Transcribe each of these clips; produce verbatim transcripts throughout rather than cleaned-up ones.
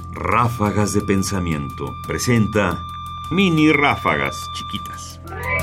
Ráfagas de Pensamiento presenta mini ráfagas chiquitas.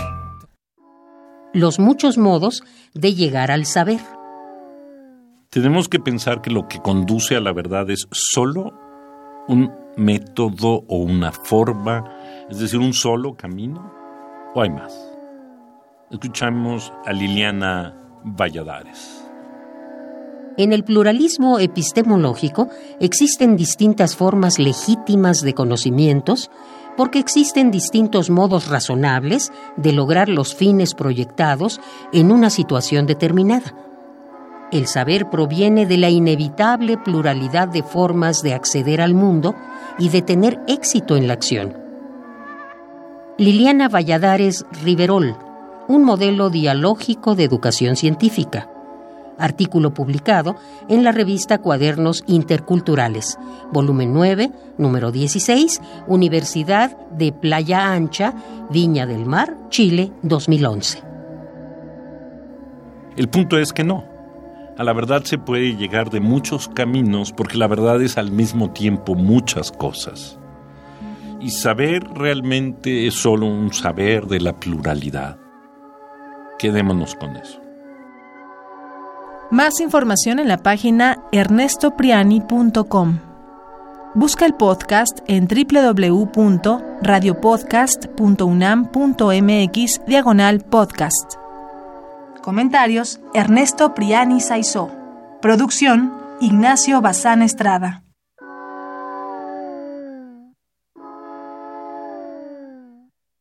Los muchos modos de llegar al saber. Tenemos que pensar que lo que conduce a la verdad es solo un método o una forma, es decir, un solo camino, o hay más. Escuchamos a Liliana Valladares. En el pluralismo epistemológico existen distintas formas legítimas de conocimientos porque existen distintos modos razonables de lograr los fines proyectados en una situación determinada. El saber proviene de la inevitable pluralidad de formas de acceder al mundo y de tener éxito en la acción. Liliana Valladares Riverol, un modelo dialógico de educación científica. Artículo publicado en la revista Cuadernos Interculturales, volumen nueve, número dieciséis, Universidad de Playa Ancha, Viña del Mar, Chile, dos mil once. El punto es que no. A la verdad se puede llegar de muchos caminos porque la verdad es al mismo tiempo muchas cosas. Y saber realmente es solo un saber de la pluralidad. Quedémonos con eso. Más información en la página ernesto priani punto com. Busca el podcast en doble u doble u doble u punto radio podcast punto unam punto m x diagonal podcast. Comentarios: Ernesto Priani Saizó. Producción: Ignacio Bazán Estrada.